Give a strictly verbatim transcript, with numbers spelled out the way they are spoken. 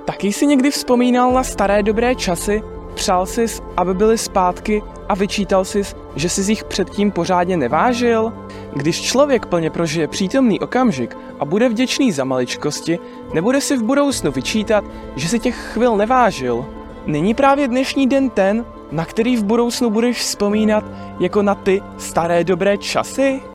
Taky jsi někdy vzpomínal na staré dobré časy, přál sis, aby byly zpátky a vyčítal sis, že jsi jich předtím pořádně nevážil? Když člověk plně prožije přítomný okamžik a bude vděčný za maličkosti, nebude si v budoucnu vyčítat, že si těch chvil nevážil. Není právě dnešní den ten, na který v budoucnu budeš vzpomínat jako na ty staré dobré časy?